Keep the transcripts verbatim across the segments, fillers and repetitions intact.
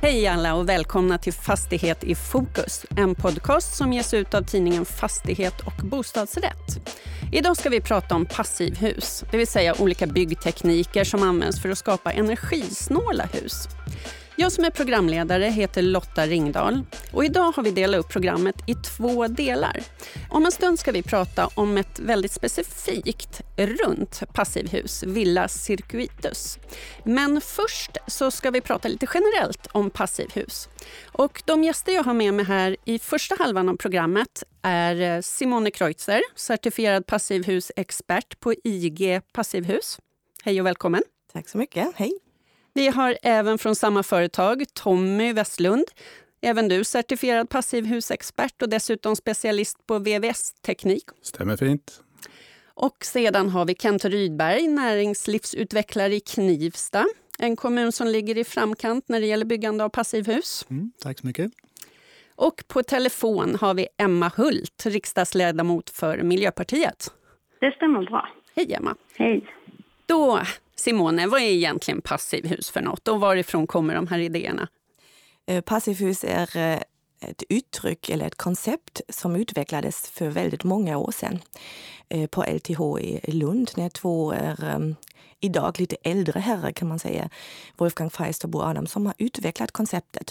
Hej alla och välkomna till Fastighet i fokus, en podcast som ges ut av tidningen Fastighet och bostadsrätt. Idag ska vi prata om passivhus, det vill säga olika byggtekniker som används för att skapa energisnåla hus. Jag som är programledare heter Lotta Ringdahl och idag har vi delat upp programmet i två delar. Om en stund ska vi prata om ett väldigt specifikt runt passivhus, Villa Circuitus. Men först så ska vi prata lite generellt om passivhus. Och de gäster jag har med mig här i första halvan av programmet är Simone Kreutzer, certifierad passivhusexpert på I G Passivhus. Hej och välkommen. Tack så mycket, hej. Vi har även från samma företag Tommy Westlund, även du certifierad passivhusexpert och dessutom specialist på V V S-teknik. Stämmer fint. Och sedan har vi Kent Rydberg, näringslivsutvecklare i Knivsta, en kommun som ligger i framkant när det gäller byggande av passivhus. Mm, tack så mycket. Och på telefon har vi Emma Hult, riksdagsledamot för Miljöpartiet. Det stämmer bra. Hej Emma. Hej. Då, Simone, vad är egentligen passivhus för något och varifrån kommer de här idéerna? Passivhus är ett uttryck eller ett koncept som utvecklades för väldigt många år sedan på L T H i Lund när två är idag lite äldre herrar kan man säga, Wolfgang Feist och Bo Adam, som har utvecklat konceptet.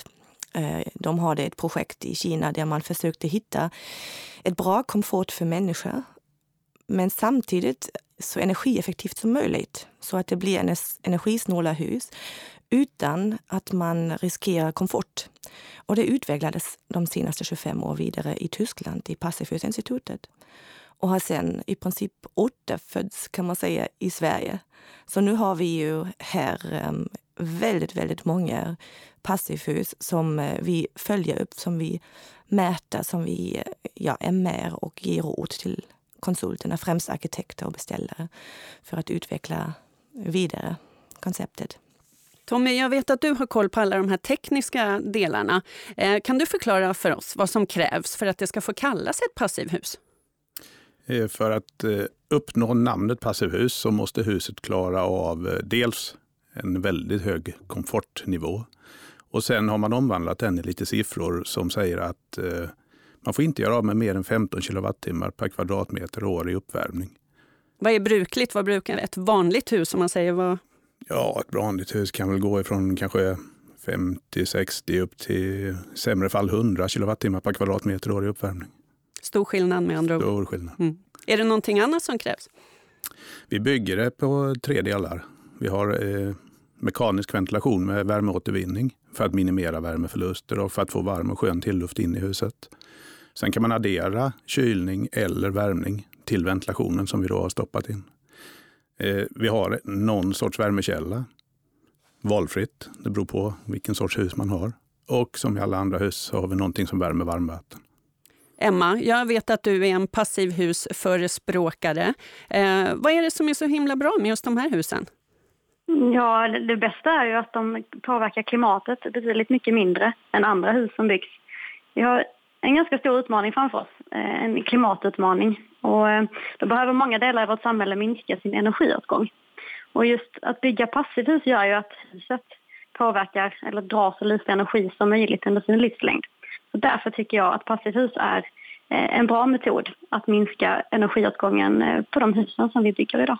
De hade ett projekt i Kina där man försökte hitta ett bra komfort för människor men samtidigt så energieffektivt som möjligt så att det blir en energisnåla hus utan att man riskerar komfort. Och det utvecklades de senaste tjugofem år vidare i Tyskland i Passivhusinstitutet och har sen i princip återföds kan man säga i Sverige. Så nu har vi ju här um, väldigt, väldigt många passivhus som uh, vi följer upp, som vi mäter, som vi ja, är med och ger råd till konsulterna, främst arkitekter och beställare, för att utveckla vidare konceptet. Tommy, jag vet att du har koll på alla de här tekniska delarna. Eh, kan du förklara för oss vad som krävs för att det ska få kallas ett passivhus? Eh, för att eh, uppnå namnet passivhus så måste huset klara av eh, dels en väldigt hög komfortnivå. Och sen har man omvandlat den i lite siffror som säger att eh, man får inte göra av med mer än femton kilowattimmar per kvadratmeter år i uppvärmning. Vad är brukligt? Vad brukar ett vanligt hus som man säger? Vad... Ja, ett vanligt hus kan väl gå ifrån kanske femtio sextio upp till sämre fall hundra kilowattimmar per kvadratmeter år i uppvärmning. Stor skillnad med andra ord. Stor skillnad. Mm. Är det någonting annat som krävs? Vi bygger det på tre delar. Vi har eh, mekanisk ventilation med värmeåtervinning för att minimera värmeförluster och för att få varm och skön tillluft in i huset. Sen kan man addera kylning eller värmning till ventilationen som vi då har stoppat in. Eh, vi har någon sorts värmekälla, valfritt, det beror på vilken sorts hus man har. Och som i alla andra hus så har vi någonting som värmer varmvatten. Emma, jag vet att du är en passivhusförespråkare. Eh, vad är det som är så himla bra med just de här husen? Ja, det, det bästa är ju att de påverkar klimatet betydligt mycket mindre än andra hus som byggs. Vi har en ganska stor utmaning framför oss, en klimatutmaning. Och då behöver många delar i vårt samhälle minska sin energiåtgång. Och just att bygga passivhus gör ju att huset påverkar eller drar så lite energi som möjligt under sin livslängd. Så därför tycker jag att passivhus är en bra metod att minska energiåtgången på de husen som vi bygger idag.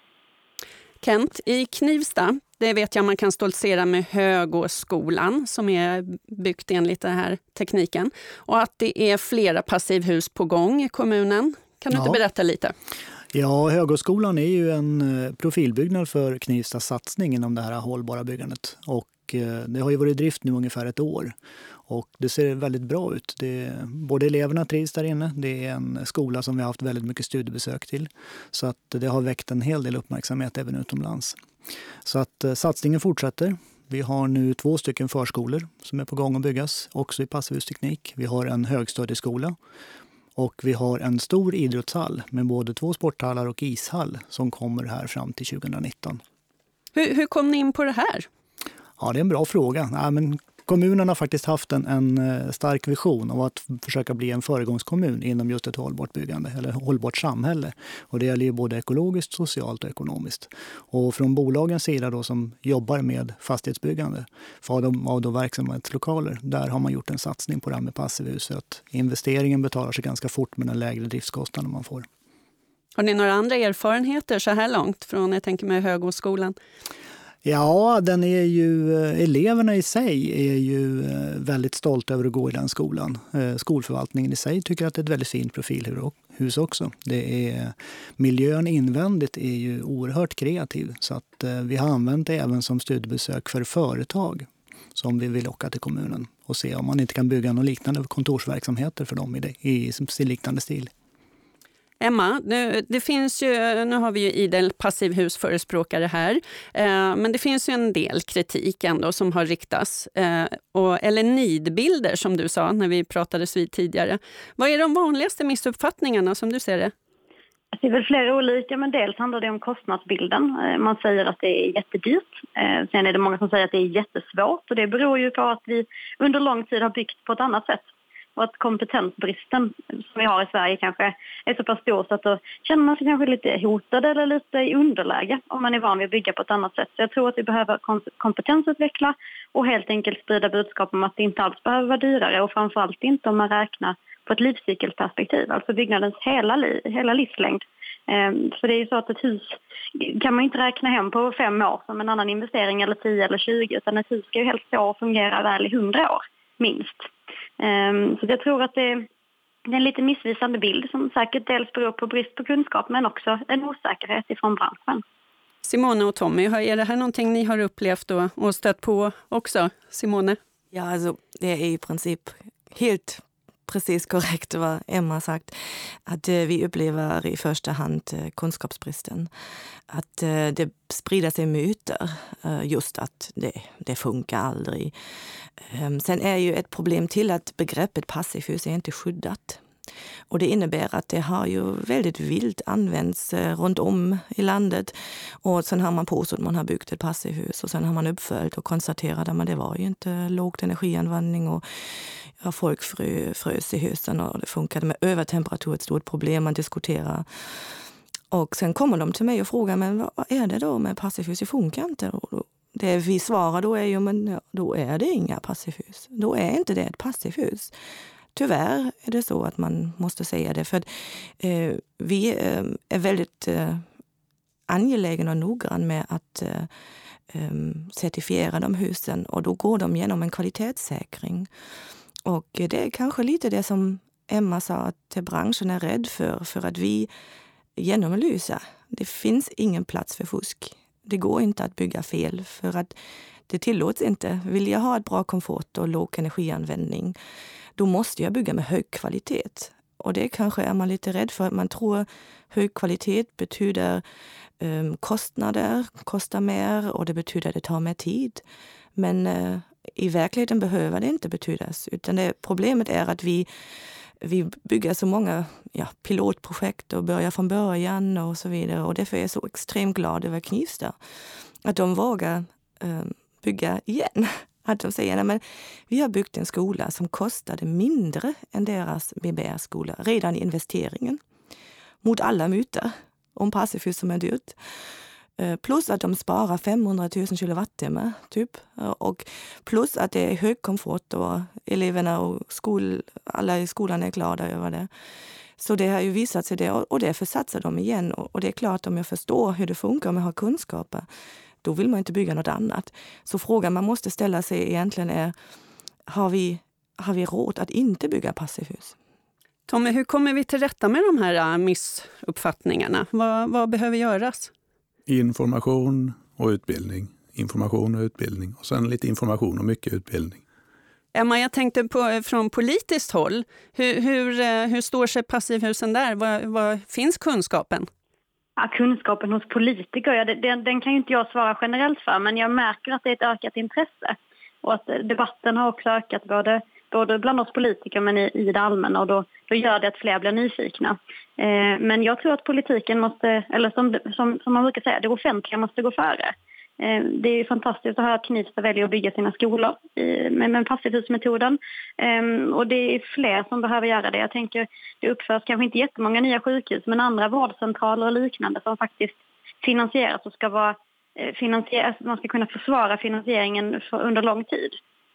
Kent, i Knivsta, det vet jag man kan stoltsera med Högårdsskolan som är byggt enligt den här tekniken. Och att det är flera passivhus på gång i kommunen. Kan du ja. inte berätta lite? Ja, Högårdsskolan är ju en profilbyggnad för Knivstas satsning inom det här hållbara byggandet. Och det har ju varit i drift nu ungefär ett år. Och det ser väldigt bra ut. Det, både eleverna trivs där inne. Det är en skola som vi har haft väldigt mycket studiebesök till. Så att det har väckt en hel del uppmärksamhet även utomlands. Så att satsningen fortsätter. Vi har nu två stycken förskolor som är på gång att byggas. Också i passivhusteknik. Vi har en högstadieskola. Och vi har en stor idrottshall med både två sporthallar och ishall som kommer här fram till tjugonitton. Hur, hur kom ni in på det här? Ja, det är en bra fråga. Nej, men kommunen har faktiskt haft en, en stark vision av att försöka bli en föregångskommun inom just ett hållbart byggande eller hållbart samhälle. Och det gäller ju både ekologiskt, socialt och ekonomiskt. Och från bolagens sida då som jobbar med fastighetsbyggande för de, av de verksamhetslokaler, där har man gjort en satsning på det här med passivhus. Så att investeringen betalar sig ganska fort med den lägre driftskostnaden man får. Har ni några andra erfarenheter så här långt från, jag tänker med Högåskolan? Ja, den är ju, eleverna i sig är ju väldigt stolta över att gå i den skolan. Skolförvaltningen i sig tycker att det är ett väldigt fint profilhus också. Det är, miljön invändigt är ju oerhört kreativ, så att vi har använt det även som studiebesök för företag som vi vill åka till kommunen och se om man inte kan bygga någon liknande kontorsverksamheter för dem i, det, i, i liknande stil. Emma, nu, det finns ju, nu har vi ju idel passivhusförespråkare här, eh, men det finns ju en del kritik ändå som har riktats, eh, och, eller nidbilder som du sa när vi pratades vid tidigare. Vad är de vanligaste missuppfattningarna som du ser det? Det är väl flera olika, men dels handlar det om kostnadsbilden. Man säger att det är jättedyrt. Sen är det många som säger att det är jättesvårt, och det beror ju på att vi under lång tid har byggt på ett annat sätt. Och att kompetensbristen som vi har i Sverige kanske är så pass stor så att då känner man sig kanske lite hotad eller lite i underläge om man är van vid att bygga på ett annat sätt. Så jag tror att vi behöver kompetensutveckla och helt enkelt sprida budskap om att det inte alls behöver vara dyrare, och framförallt inte om man räknar på ett livscykelperspektiv, alltså byggnadens hela, liv, hela livslängd. Ehm, för det är ju så att ett hus kan man inte räkna hem på fem år som en annan investering, eller tio eller tjugo, utan ett hus ska ju helst stå och fungera väl i hundra år, minst. Um, så jag tror att det, det är en lite missvisande bild som säkert dels beror på brist på kunskap, men också en osäkerhet ifrån branschen. Simone och Tommy, är det här någonting ni har upplevt och, och stött på också, Simone? Ja, alltså det är i princip helt precis korrekt vad Emma sagt. Att eh, vi upplever i första hand eh, kunskapsbristen. Att eh, det sprider sig myter, eh, just att det, det funkar aldrig. Eh, sen är ju ett problem till att begreppet passivhus är inte skyddat. Och det innebär att det har ju väldigt vilt använts eh, runt om i landet. Och sen har man påstått att man har byggt ett passivhus, och sen har man uppföljt och konstaterat att det var ju inte lågt energianvändning, och ja, folk frö, frös i husen och det funkade med övertemperatur, ett stort problem man diskuterar. Och sen kommer de till mig och frågar, men vad är det då med passivhus? Det funkar inte. Och då, det vi svarar då är ju, men ja, då är det inga passivhus. Då är inte det ett passivhus. Tyvärr är det så att man måste säga det, för att, eh, vi eh, är väldigt eh, angelägna och noggrann med att eh, eh, certifiera de husen, och då går de genom en kvalitetssäkring. Och det är kanske lite det som Emma sa att branschen är rädd för, för att vi genomlyser. Det finns ingen plats för fusk. Det går inte att bygga fel, för att det tillåts inte. Vill jag ha ett bra komfort och låg energianvändning, då måste jag bygga med hög kvalitet. Och det kanske är man lite rädd för. Man tror hög kvalitet betyder um, kostnader, kostar mer, och det betyder att det tar mer tid. Men uh, i verkligheten behöver det inte betydas. Utan det, problemet är att vi, vi bygger så många ja, pilotprojekt och börjar från början och så vidare. Och därför är jag så extremt glad över Knivsta. Att de vågar um, bygga igen. Att de säger, nej, men vi har byggt en skola som kostade mindre än deras B B R-skola redan i investeringen. Mot alla myter om passivhus som är dyrt. Plus att de sparar femhundratusen kilowattimmar typ. Och plus att det är hög komfort och eleverna och skol, alla i skolan är glada över det. Så det har ju visat sig det, och därför satsar de igen. Och det är klart, om jag förstår hur det funkar, om jag har kunskaper, då vill man inte bygga något annat. Så frågan man måste ställa sig egentligen är, har vi, har vi råd att inte bygga passivhus? Tommy, hur kommer vi till rätta med de här missuppfattningarna? Vad, vad behöver göras? Information och utbildning. Information och utbildning. Och sen lite information och mycket utbildning. Emma, jag tänkte på från politiskt håll. Hur, hur, hur står sig passivhusen där? Vad, vad finns kunskapen? Ja, kunskapen hos politiker, ja, den, den kan ju inte jag svara generellt för, men jag märker att det är ett ökat intresse. Och att debatten har också ökat både, både bland oss politiker men i, i det allmänna, och då, då gör det att fler blir nyfikna. Eh, men jag tror att politiken måste, eller som, som, som man brukar säga, det offentliga måste gå före. Det är fantastiskt att höra att Knivsta väljer att bygga sina skolor med passivhusmetoden. Och det är fler som behöver göra det. Jag tänker, det uppförs kanske inte jättemånga nya sjukhus, men andra vårdcentraler och liknande som faktiskt finansieras och ska vara finansieras. Man ska kunna försvara finansieringen för, under lång tid.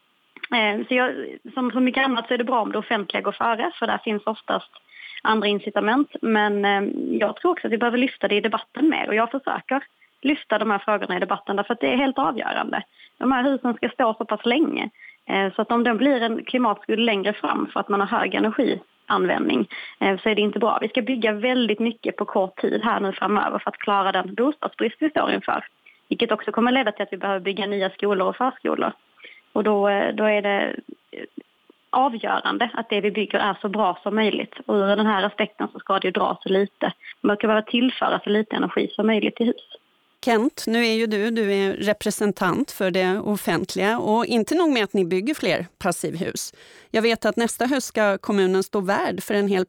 Så jag, som så mycket annat så är det bra om det offentliga går före, för där finns oftast andra incitament. Men jag tror också att vi behöver lyfta det i debatten mer, och jag försöker lyfta de här frågorna i debatten därför att det är helt avgörande. De här husen ska stå så pass länge, så att om det blir en klimatskuld längre fram för att man har hög energianvändning, så är det inte bra. Vi ska bygga väldigt mycket på kort tid här nu framöver för att klara den bostadsbrist vi står inför, vilket också kommer leda till att vi behöver bygga nya skolor och förskolor. Och då, då är det avgörande att det vi bygger är så bra som möjligt. Och ur den här aspekten så ska det ju dra så lite. Man ska bara tillföra så lite energi som möjligt i hus. Kent, nu är ju du, du är representant för det offentliga, och inte nog med att ni bygger fler passivhus. Jag vet att nästa höst ska kommunen stå värd för en hel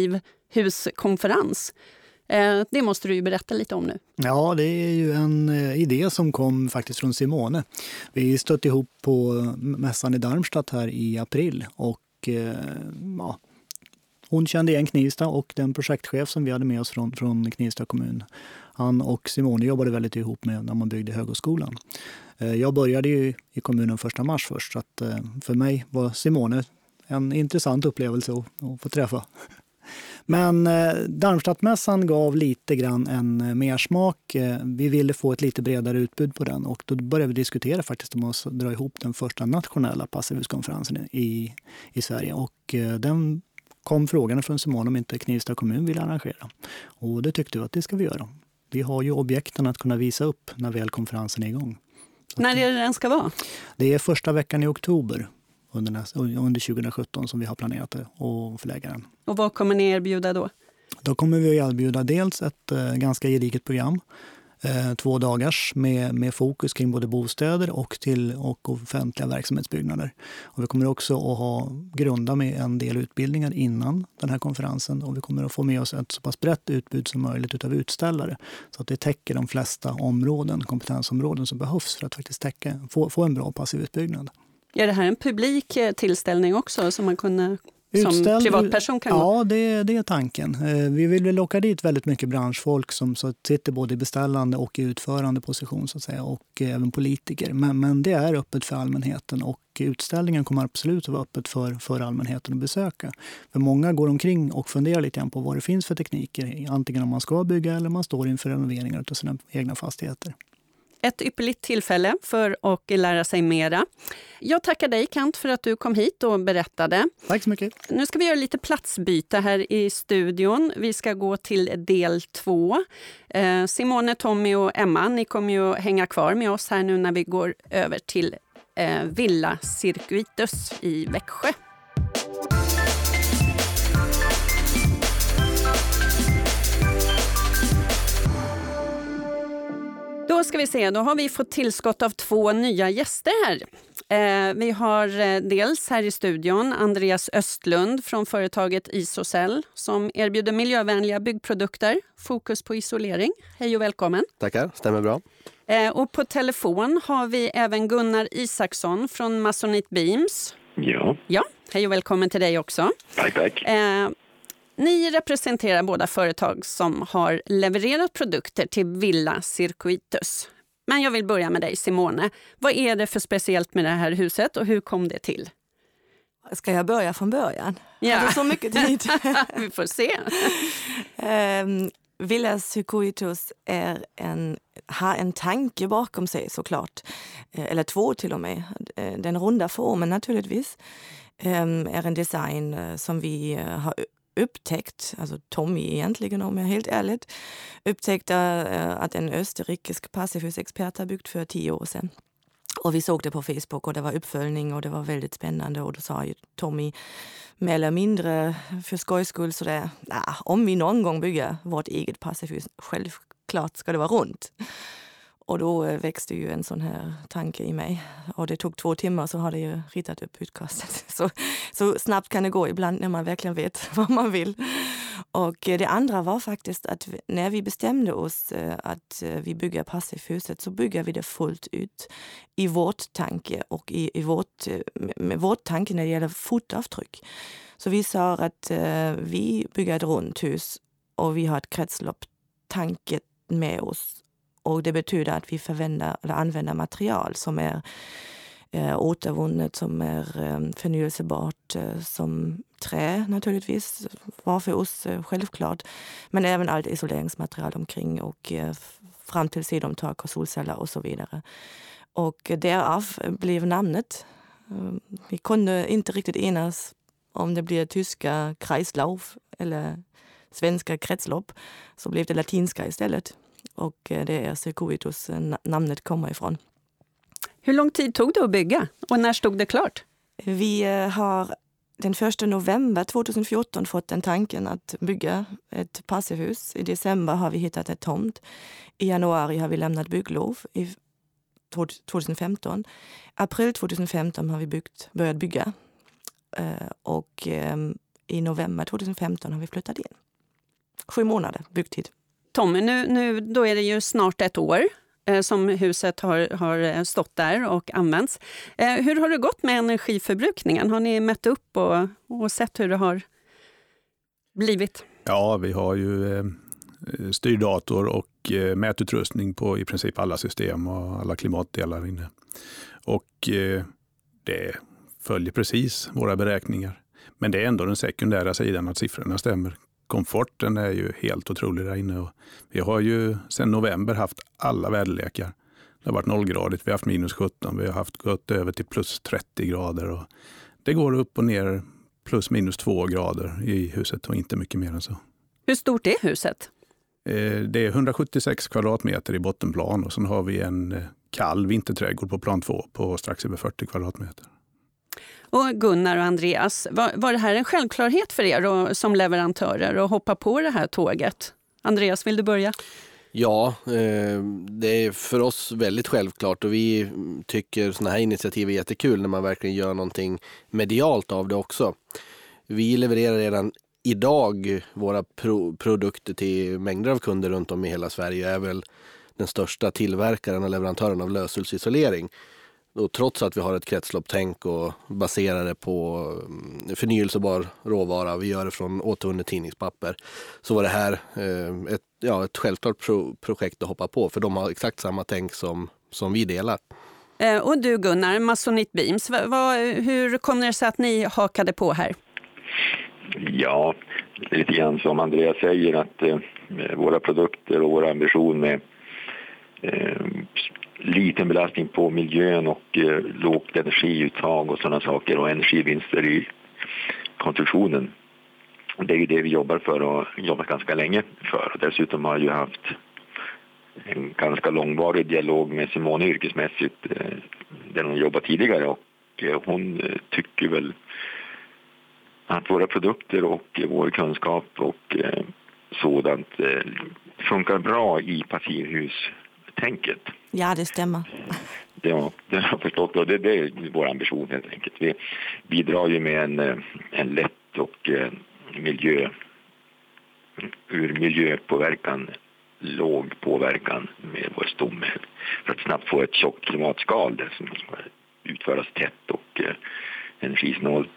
passivhuskonferens. Det måste du ju berätta lite om nu. Ja, det är ju en idé som kom faktiskt från Simone. Vi stötte ihop på mässan i Darmstadt här i april, och ja, hon kände igen Knivsta, och den projektchef som vi hade med oss från, från Knivsta kommun, han och Simone jobbade väldigt ihop med när man byggde Högskolan. Jag började ju i kommunen första mars först, så att för mig var Simone en intressant upplevelse att, att få träffa. Men eh, Darmstadtmässan gav lite grann en mersmak. Eh, vi ville få ett lite bredare utbud på den, och då började vi diskutera faktiskt om att dra ihop den första nationella passivhuskonferensen i, i Sverige. Och eh, den kom frågan från Simon om inte Knivsta kommun ville arrangera. Och det tyckte vi att det ska vi göra. Vi har ju objekten att kunna visa upp när väl konferensen är igång. Så när är det den ska vara? Det är första veckan i oktober. Under, nästa, under tjugosjutton som vi har planerat att förlägga den. Och vad kommer ni erbjuda då? Då kommer vi att erbjuda dels ett eh, ganska gediget program. Eh, två dagars med, med fokus kring både bostäder och, till, och offentliga verksamhetsbyggnader. Och vi kommer också att ha grunda med en del utbildningar innan den här konferensen. Och vi kommer att få med oss ett så pass brett utbud som möjligt utav utställare. Så att det täcker de flesta områden, kompetensområden som behövs för att faktiskt täcka, få, få en bra passiv utbyggnad. Är det här en publik tillställning också som man kunde, som Utställ, privatperson kan ja, gå? Ja, det, det är tanken. Vi vill väl locka dit väldigt mycket branschfolk som så sitter både i beställande och i utförande position så att säga, och även politiker. Men, men det är öppet för allmänheten, och utställningen kommer absolut att vara öppet för, för allmänheten att besöka. För många går omkring och funderar lite grann på vad det finns för tekniker, antingen om man ska bygga eller man står inför renoveringar av sina egna fastigheter. Ett ypperligt tillfälle för att lära sig mera. Jag tackar dig, Kent, för att du kom hit och berättade. Tack så mycket. Nu ska vi göra lite platsbyte här i studion. Vi ska gå till del två. Eh, Simone, Tommy och Emma, ni kommer ju hänga kvar med oss här nu när vi går över till eh, Villa Circuitus i Växjö. Då ska vi se, då har vi fått tillskott av två nya gäster här. Eh, vi har eh, dels här i studion Andreas Östlund från företaget Isocell som erbjuder miljövänliga byggprodukter, fokus på isolering. Hej och välkommen. Tackar, stämmer bra. Eh, och på telefon har vi även Gunnar Isaksson från Masonite Beams. Ja. Ja, hej och välkommen till dig också. Tack, tack. Eh, Ni representerar båda företag som har levererat produkter till Villa Circuitus. Men jag vill börja med dig, Simone. Vad är det för speciellt med det här huset och hur kom det till? Ska jag börja från början? Ja. Har du så mycket tid? Vi får se. um, Villa Circuitus är en, har en tanke bakom sig såklart. Eller två till och med. Den runda formen naturligtvis um, är en design som vi har upptäckt, alltså Tommy egentligen om jag är helt ärligt, upptäckte uh, att en österrikisk passivhusexpert har byggt för tio år sedan. Och vi såg det på Facebook och det var uppföljning och det var väldigt spännande och då sa ju Tommy mer eller mindre för skojs skull sådär, nah, om vi någon gång bygger vårt eget passivhus, självklart ska det vara runt. Och då växte ju en sån här tanke i mig. Och det tog två timmar så har det ju ritat upp utkastet. Så, så snabbt kan det gå ibland när man verkligen vet vad man vill. Och det andra var faktiskt att när vi bestämde oss att vi bygger passivhuset så bygger vi det fullt ut i vårt tanke och i, i vårt, med vårt tanke när det gäller fotavtryck. Så vi sa att vi bygger ett runt hus och vi har ett kretsloppstanke med oss. Och det betyder att vi förvänder, eller använder material som är eh, återvunnet, som är eh, förnyelsebart, eh, som trä naturligtvis, var för oss eh, självklart. Men även allt isoleringsmaterial omkring och eh, fram till sidomtak och solceller och så vidare. Och därav blev namnet. Eh, vi kunde inte riktigt enas om det blir tyska Kreislauf eller svenska kretslopp, så blev det latinska istället. Och det är Circuitus namnet kommer ifrån. Hur lång tid tog det att bygga och när stod det klart? Vi har den första november tjugohundrafjorton fått den tanken att bygga ett passivhus. I december har vi hittat ett tomt. I januari har vi lämnat bygglov i tjugohundrafemton. April tjugohundrafemton har vi byggt, börjat bygga. Och i november tjugohundrafemton har vi flyttat in. Sju månader byggtid. Tommy, nu, nu då är det ju snart ett år eh, som huset har, har stått där och använts. Eh, hur har det gått med energiförbrukningen? Har ni mätt upp och, och sett hur det har blivit? Ja, vi har ju eh, styrdator och eh, mätutrustning på i princip alla system och alla klimatdelar inne. Och eh, det följer precis våra beräkningar. Men det är ändå den sekundära sidan att siffrorna stämmer. Komforten är ju helt otrolig där inne. Och vi har ju sedan november haft alla väderlekar. Det har varit nollgradigt, vi har haft minus sjutton, vi har haft gått över till plus trettio grader. Och det går upp och ner plus minus två grader i huset och inte mycket mer än så. Hur stort är huset? Det är hundrasjuttiosex kvadratmeter i bottenplan och sen har vi en kall vinterträdgård på plan två på strax över fyrtio kvadratmeter. Och Gunnar och Andreas, var, var det här en självklarhet för er och, som leverantörer att hoppa på det här tåget? Andreas, vill du börja? Ja, det är för oss väldigt självklart och vi tycker sådana här initiativ är jättekul när man verkligen gör någonting medialt av det också. Vi levererar redan idag våra pro- produkter till mängder av kunder runt om i hela Sverige och är väl den största tillverkaren och leverantören av löshusisolering. Och trots att vi har ett kretsloppstänk och baserar det på förnyelsebar råvara, vi gör det från återvunnet tidningspapper, så var det här eh, ett, ja, ett självklart pro- projekt att hoppa på, för de har exakt samma tänk som, som vi delar. Eh, och du Gunnar, Masonite Beams, va, va, hur kommer det sig att ni hakade på här? Ja, lite grann som Andreas säger att eh, våra produkter och vår ambition med eh, liten belastning på miljön och eh, lågt energiuttag och sådana saker och energivinster i konstruktionen. Det är ju det vi jobbar för och jobbat ganska länge för. Och dessutom har jag ju haft en ganska långvarig dialog med Simone yrkesmässigt eh, där hon jobbat tidigare och eh, hon eh, tycker väl att våra produkter och vår kunskap och eh, sådant eh, funkar bra i passivhustänket. Ja, det stämmer. Ja, det har jag förstått och det, det är vår ambition helt enkelt. Vi bidrar ju med en, en lätt och eh, miljö, ur miljöpåverkan, låg påverkan med vår stomme för att snabbt få ett tjockt klimatskal där som ska utföras tätt och eh, energisnålt.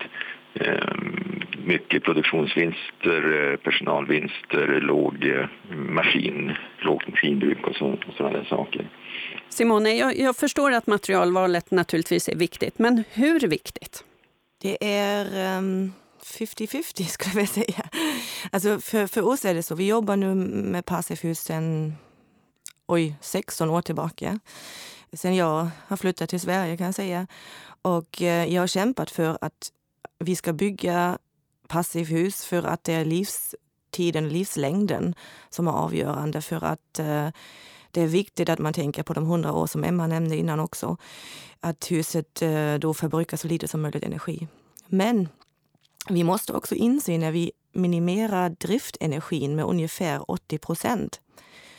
Mycket produktionsvinster, personalvinster, låg maskin, lågt maskinbruk och, så, och sådana där saker. Simone, jag, jag förstår att materialvalet naturligtvis är viktigt, men hur viktigt? Det är um, femtio femtio skulle jag säga. Alltså för, för oss är det så, vi jobbar nu med passivhus sedan oj, sexton år tillbaka. Sen jag har flyttat till Sverige kan jag säga. Och jag har kämpat för att vi ska bygga passivhus för att det är livstiden, livslängden som är avgörande för att eh, det är viktigt att man tänker på de hundra år som Emma nämnde innan också. Att huset eh, då förbrukar så lite som möjligt energi. Men vi måste också inse när vi minimerar driftenergin med ungefär åttio procent.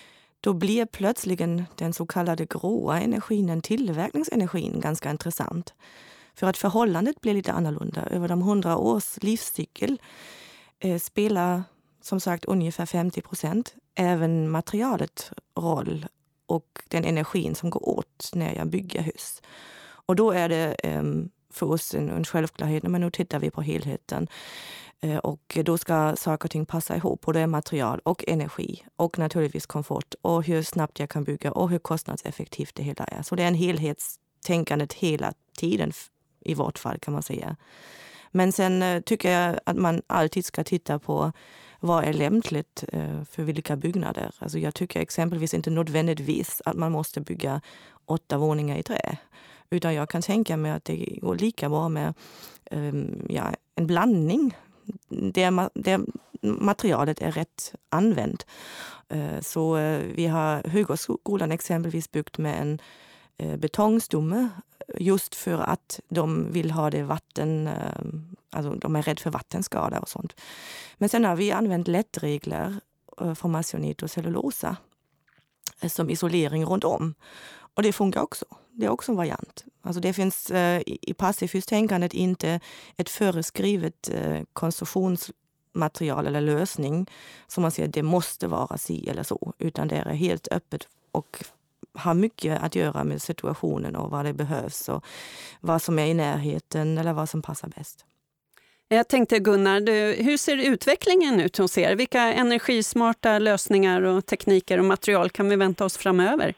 då blir plötsligen den så kallade gråa energin, den tillverkningsenergin, ganska intressant. För att förhållandet blir lite annorlunda. Över de hundra års livscykel eh, spelar som sagt ungefär femtio procent även materialet roll och den energin som går åt när jag bygger hus. Och då är det eh, för oss en, en självklarhet, men nu tittar vi på helheten. Eh, och då ska saker och ting passa ihop, och det är material och energi och naturligtvis komfort och hur snabbt jag kan bygga och hur kostnadseffektivt det hela är. Så det är en helhetstänkandet hela tiden i vårt fall, kan man säga. Men sen eh, tycker jag att man alltid ska titta på vad är lämpligt eh, för vilka byggnader. Alltså jag tycker exempelvis inte nödvändigtvis att man måste bygga åtta våningar i trä. Utan jag kan tänka mig att det går lika bra med eh, ja, en blandning där, där materialet är rätt använt. Eh, så eh, vi har Högskolan exempelvis byggt med en eh, betongstomme just för att de vill ha det vatten, alltså de är rädda för vattenskada och sånt. Men sen har vi använt lättregler från masonit och cellulosa som isolering runt om. Och det funkar också. Det är också en variant. Alltså det finns i passivhustänkandet inte ett föreskrivet konstruktionsmaterial eller lösning som man säger det måste vara si eller så, utan det är helt öppet och har mycket att göra med situationen och vad det behövs och vad som är i närheten eller vad som passar bäst. Jag tänkte Gunnar, du, hur ser utvecklingen ut hos er? Vilka energismarta lösningar och tekniker och material kan vi vänta oss framöver?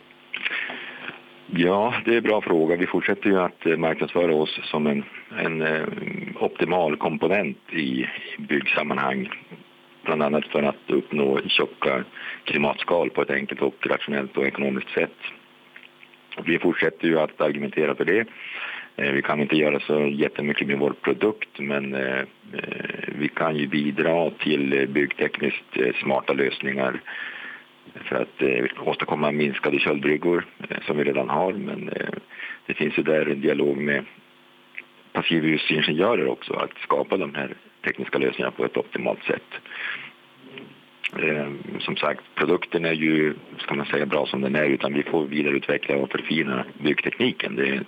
Ja, det är en bra fråga. Vi fortsätter ju att marknadsföra oss som en, en optimal komponent i byggsammanhang. Bland annat för att uppnå tjocka klimatskal på ett enkelt och rationellt och ekonomiskt sätt. Vi fortsätter ju att argumentera för det. Vi kan inte göra så jättemycket med vår produkt, men vi kan ju bidra till byggtekniskt smarta lösningar för att åstadkomma minskade köldbryggor som vi redan har. Men det finns ju där en dialog med passivhusingenjörer också att skapa de här tekniska lösningar på ett optimalt sätt. Eh, som sagt, produkten är ju, ska man säga, bra som den är, utan vi får vidareutveckla och förfina byggtekniken. Det är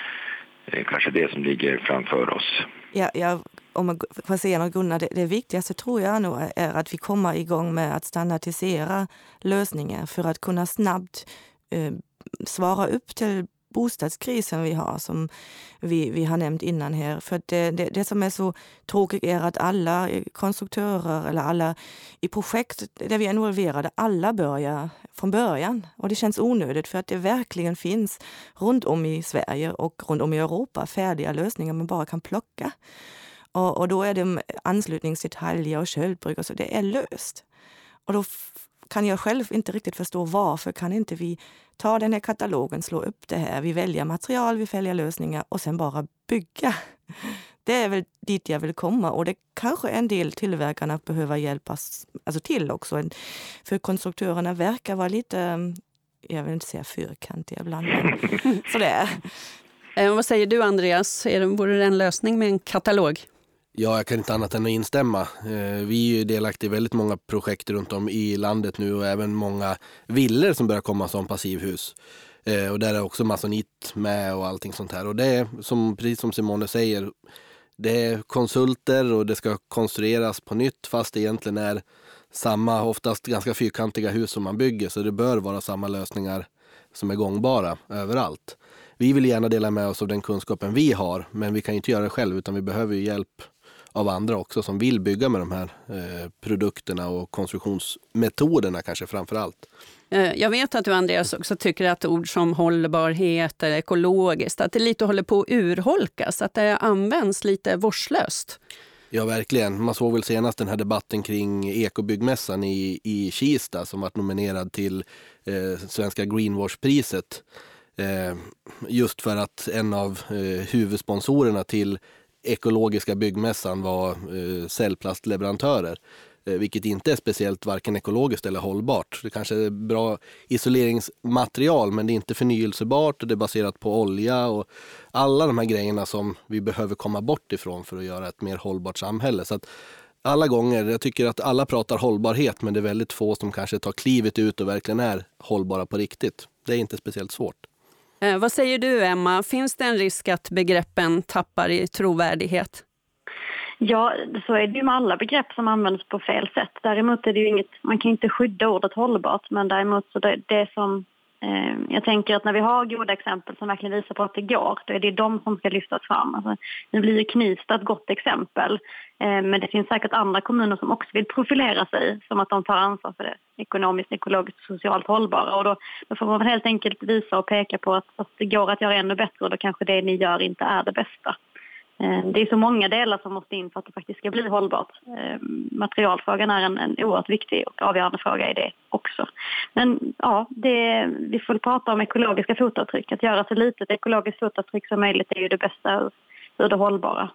eh, kanske det som ligger framför oss. Ja, ja, om man får säga något Gunnar, det, det viktigaste tror jag nog är att vi kommer igång med att standardisera lösningar för att kunna snabbt eh, svara upp till bostadskrisen vi har, som vi, vi har nämnt innan här. För det, det, det som är så tråkigt är att alla konstruktörer eller alla i projekt där vi är involverade, alla börjar från början. Och det känns onödigt för att det verkligen finns runt om i Sverige och runt om i Europa färdiga lösningar man bara kan plocka. Och, och då är det anslutningsdetaljer och köldbrygg och så, det är löst. Och då kan jag själv inte riktigt förstå varför kan inte vi ta den här katalogen, slå upp det här, vi väljer material, vi väljer lösningar och sen bara bygga. Det är väl dit jag vill komma, och det kanske en del tillverkarna behöver hjälpas alltså till också. För konstruktörerna verkar vara lite, jag vill inte säga fyrkantiga ibland, men så det är. Eh, vad säger du Andreas, är det, vore det en lösning med en katalog? Ja, jag kan inte annat än att instämma. Vi är ju delaktiga i väldigt många projekt runt om i landet nu och även många villor som börjar komma som passivhus. Och där är också masonit med och allting sånt här. Och det är, som, precis som Simone säger, det är konsulter och det ska konstrueras på nytt fast det egentligen är samma, oftast ganska fyrkantiga hus som man bygger. Så det bör vara samma lösningar som är gångbara överallt. Vi vill gärna dela med oss av den kunskapen vi har, men vi kan inte göra det själv utan vi behöver ju hjälp av andra också som vill bygga med de här eh, produkterna och konstruktionsmetoderna kanske framför allt. Jag vet att du Andreas också tycker att ord som hållbarhet eller ekologiskt, att det lite håller på att urholkas, att det används lite vårdslöst. Ja, verkligen. Man såg väl senast den här debatten kring ekobyggmässan i, i Kista som var nominerad till eh, svenska Greenwash-priset. Eh, just för att en av eh, huvudsponsorerna till ekologiska byggmässan var eh, cellplastleverantörer. Eh, vilket inte är speciellt varken ekologiskt eller hållbart. Det kanske är bra isoleringsmaterial men det är inte förnyelsebart och det är baserat på olja och alla de här grejerna som vi behöver komma bort ifrån för att göra ett mer hållbart samhälle. Så att alla gånger. Jag tycker att alla pratar hållbarhet, men det är väldigt få som kanske tar klivet ut och verkligen är hållbara på riktigt. Det är inte speciellt svårt. Eh, vad säger du, Emma? Finns det en risk att begreppen tappar i trovärdighet? Ja, så är det ju med alla begrepp som används på fel sätt. Däremot är det ju inget, man kan inte skydda ordet hållbart, men däremot så det, det som eh, jag tänker att när vi har goda exempel som verkligen visar på att det går, då är det de som ska lyftas fram. Alltså, nu blir ju Knivsta ett gott exempel, eh, men det finns säkert andra kommuner som också vill profilera sig som att de tar ansvar för det ekonomiskt, ekologiskt och socialt hållbara. Och då, då får man väl helt enkelt visa och peka på att, att det går att göra ännu bättre, och då kanske det ni gör inte är det bästa. Det är så många delar som måste in för att det faktiskt ska bli hållbart. Materialfrågan är en, en oerhört viktig och avgörande fråga i det också. Men ja, det, vi får prata om ekologiska fotavtryck. Att göra så litet ekologiskt fotavtryck som möjligt är ju det bästa ur, ur det hållbara.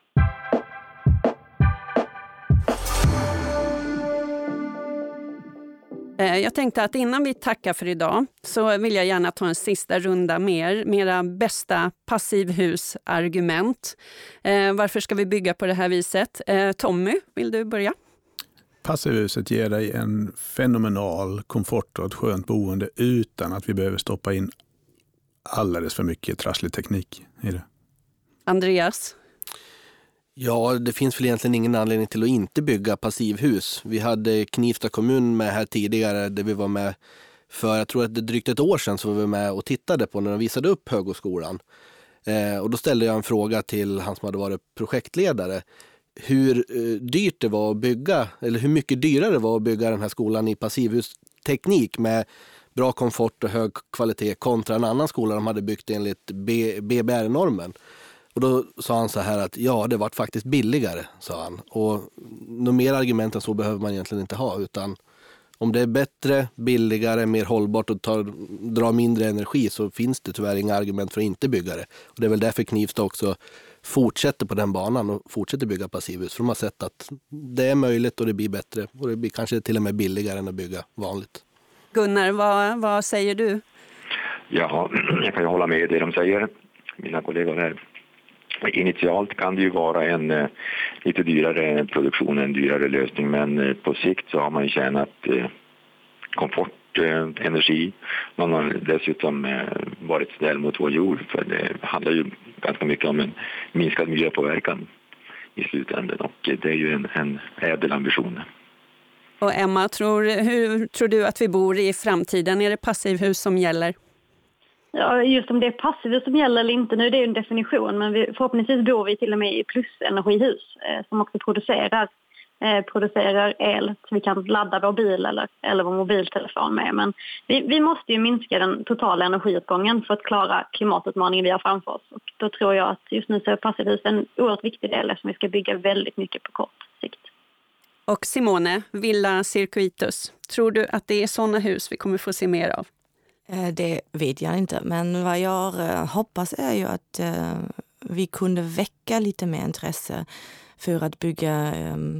Jag tänkte att innan vi tackar för idag så vill jag gärna ta en sista runda mer, mera bästa passivhusargument. Eh, varför ska vi bygga på det här viset? Eh, Tommy, vill du börja? Passivhuset ger dig en fenomenal komfort och ett skönt boende utan att vi behöver stoppa in alldeles för mycket trasslig teknik i det. Andreas? Ja, det finns väl egentligen ingen anledning till att inte bygga passivhus. Vi hade Knivsta kommun med här tidigare där vi var med för, jag tror att det drygt ett år sedan så var vi med och tittade på när de visade upp Högskolan. Eh, och då ställde jag en fråga till han som hade varit projektledare. Hur eh, dyrt det var att bygga, eller hur mycket dyrare det var att bygga den här skolan i passivhusteknik med bra komfort och hög kvalitet kontra en annan skola de hade byggt enligt B B R-normen. Och då sa han så här att ja, det var faktiskt billigare, sa han. Och några mer argument än så behöver man egentligen inte ha, utan om det är bättre, billigare, mer hållbart och tar, drar mindre energi så finns det tyvärr inga argument för att inte bygga det. Och det är väl därför Knivsta också fortsätter på den banan och fortsätter bygga passivhus. För de har sett att det är möjligt och det blir bättre och det blir kanske till och med billigare än att bygga vanligt. Gunnar, vad, vad säger du? Ja, jag kan ju hålla med det de säger, mina kollegor här. Initialt kan det ju vara en eh, lite dyrare produktion, en dyrare lösning, men eh, på sikt så har man ju tjänat eh, komfort, eh, energi. Man har dessutom eh, varit snäll mot vår jord, för det handlar ju ganska mycket om en minskad miljöpåverkan i slutändan, och det är ju en, en ädel ambition. Och Emma, tror, hur tror du att vi bor i framtiden? Är det passivhus som gäller? Ja, just om det är passivhus som gäller eller inte, nu är det ju en definition, men vi, förhoppningsvis bor vi till och med i plusenergihus eh, som också producerar, eh, producerar el så vi kan ladda vår bil eller, eller vår mobiltelefon med. Men vi, vi måste ju minska den totala energiutgången för att klara klimatutmaningen vi har framför oss. Och då tror jag att just nu så är passivhus en oerhört viktig del eftersom vi ska bygga väldigt mycket på kort sikt. Och Simone, Villa Circuitus, tror du att det är sådana hus vi kommer få se mer av? Det vet jag inte, men vad jag hoppas är ju att vi kunde väcka lite mer intresse för att bygga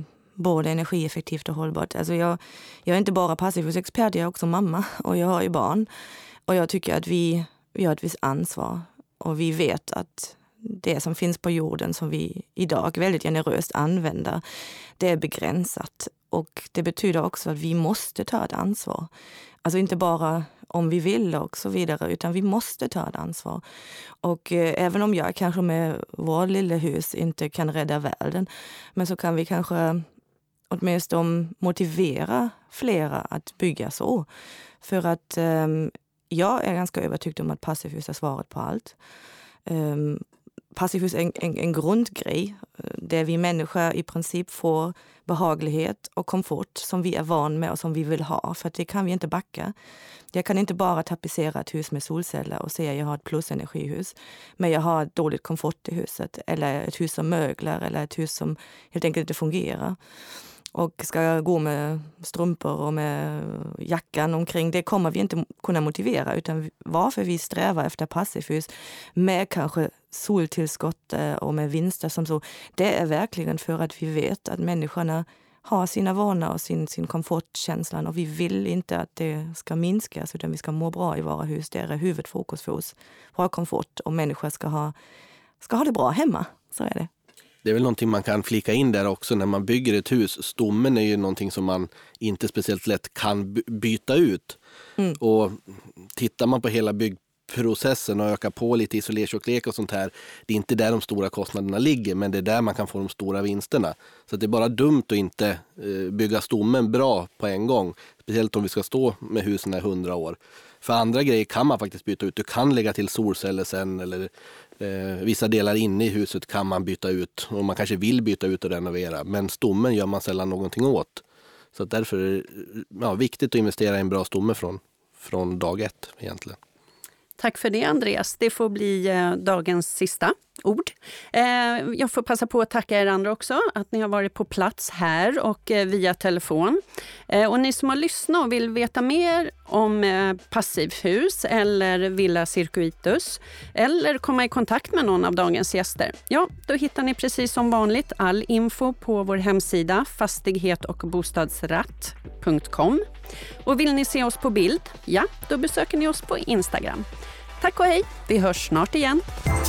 både energieffektivt och hållbart. Alltså jag, jag är inte bara passivhusexpert, jag är också mamma och jag har ju barn. Och jag tycker att vi, vi har ett visst ansvar och vi vet att det som finns på jorden som vi idag väldigt generöst använder, det är begränsat. Och det betyder också att vi måste ta ett ansvar. Alltså inte bara om vi vill och så vidare, utan vi måste ta ett ansvar. Och eh, även om jag kanske med vår lilla hus inte kan rädda världen, men så kan vi kanske åtminstone motivera flera att bygga så. För att eh, jag är ganska övertygad om att passivhus är svaret på allt. Eh, Passivhus är en, en, en grundgrej där vi människor i princip får behaglighet och komfort som vi är van med och som vi vill ha. För att det kan vi inte backa. Jag kan inte bara tapetsera ett hus med solceller och säga att jag har ett plusenergihus. Men jag har ett dåligt komfort i huset. Eller ett hus som möglar eller ett hus som helt enkelt inte fungerar. Och ska jag gå med strumpor och med jackan omkring, det kommer vi inte kunna motivera. Utan varför vi strävar efter passivhus med kanske soltillskott och med vinster som så, det är verkligen för att vi vet att människorna har sina vanor och sin, sin komfortkänslan. Och vi vill inte att det ska minskas utan vi ska må bra i våra hus. Det är huvudfokus för oss. Bra komfort och människor ska ha, ska ha det bra hemma. Så är det. Det är väl någonting man kan flika in där också när man bygger ett hus. Stommen är ju någonting som man inte speciellt lätt kan byta ut. Mm. Och tittar man på hela byggprocessen och ökar på lite isolertjocklek och sånt här, det är inte där de stora kostnaderna ligger, men det är där man kan få de stora vinsterna. Så det är bara dumt att inte bygga stommen bra på en gång. Speciellt om vi ska stå med husen i hundra år. För andra grejer kan man faktiskt byta ut. Du kan lägga till solceller sen eller eh, vissa delar inne i huset kan man byta ut. Och man kanske vill byta ut och renovera. Men stommen gör man sällan någonting åt. Så därför är det ja, viktigt att investera i en bra stomme från, från dag ett egentligen. Tack för det, Andreas. Det får bli eh, dagens sista ord. Eh, jag får passa på att tacka er andra också att ni har varit på plats här och eh, via telefon. Eh, och ni som har lyssnat och vill veta mer om eh, passivhus eller Villa Circuitus eller komma i kontakt med någon av dagens gäster. Ja, då hittar ni precis som vanligt all info på vår hemsida fastighet och bostadsrätt punkt com. Och vill ni se oss på bild, ja, då besöker ni oss på Instagram. Tack och hej, vi hörs snart igen.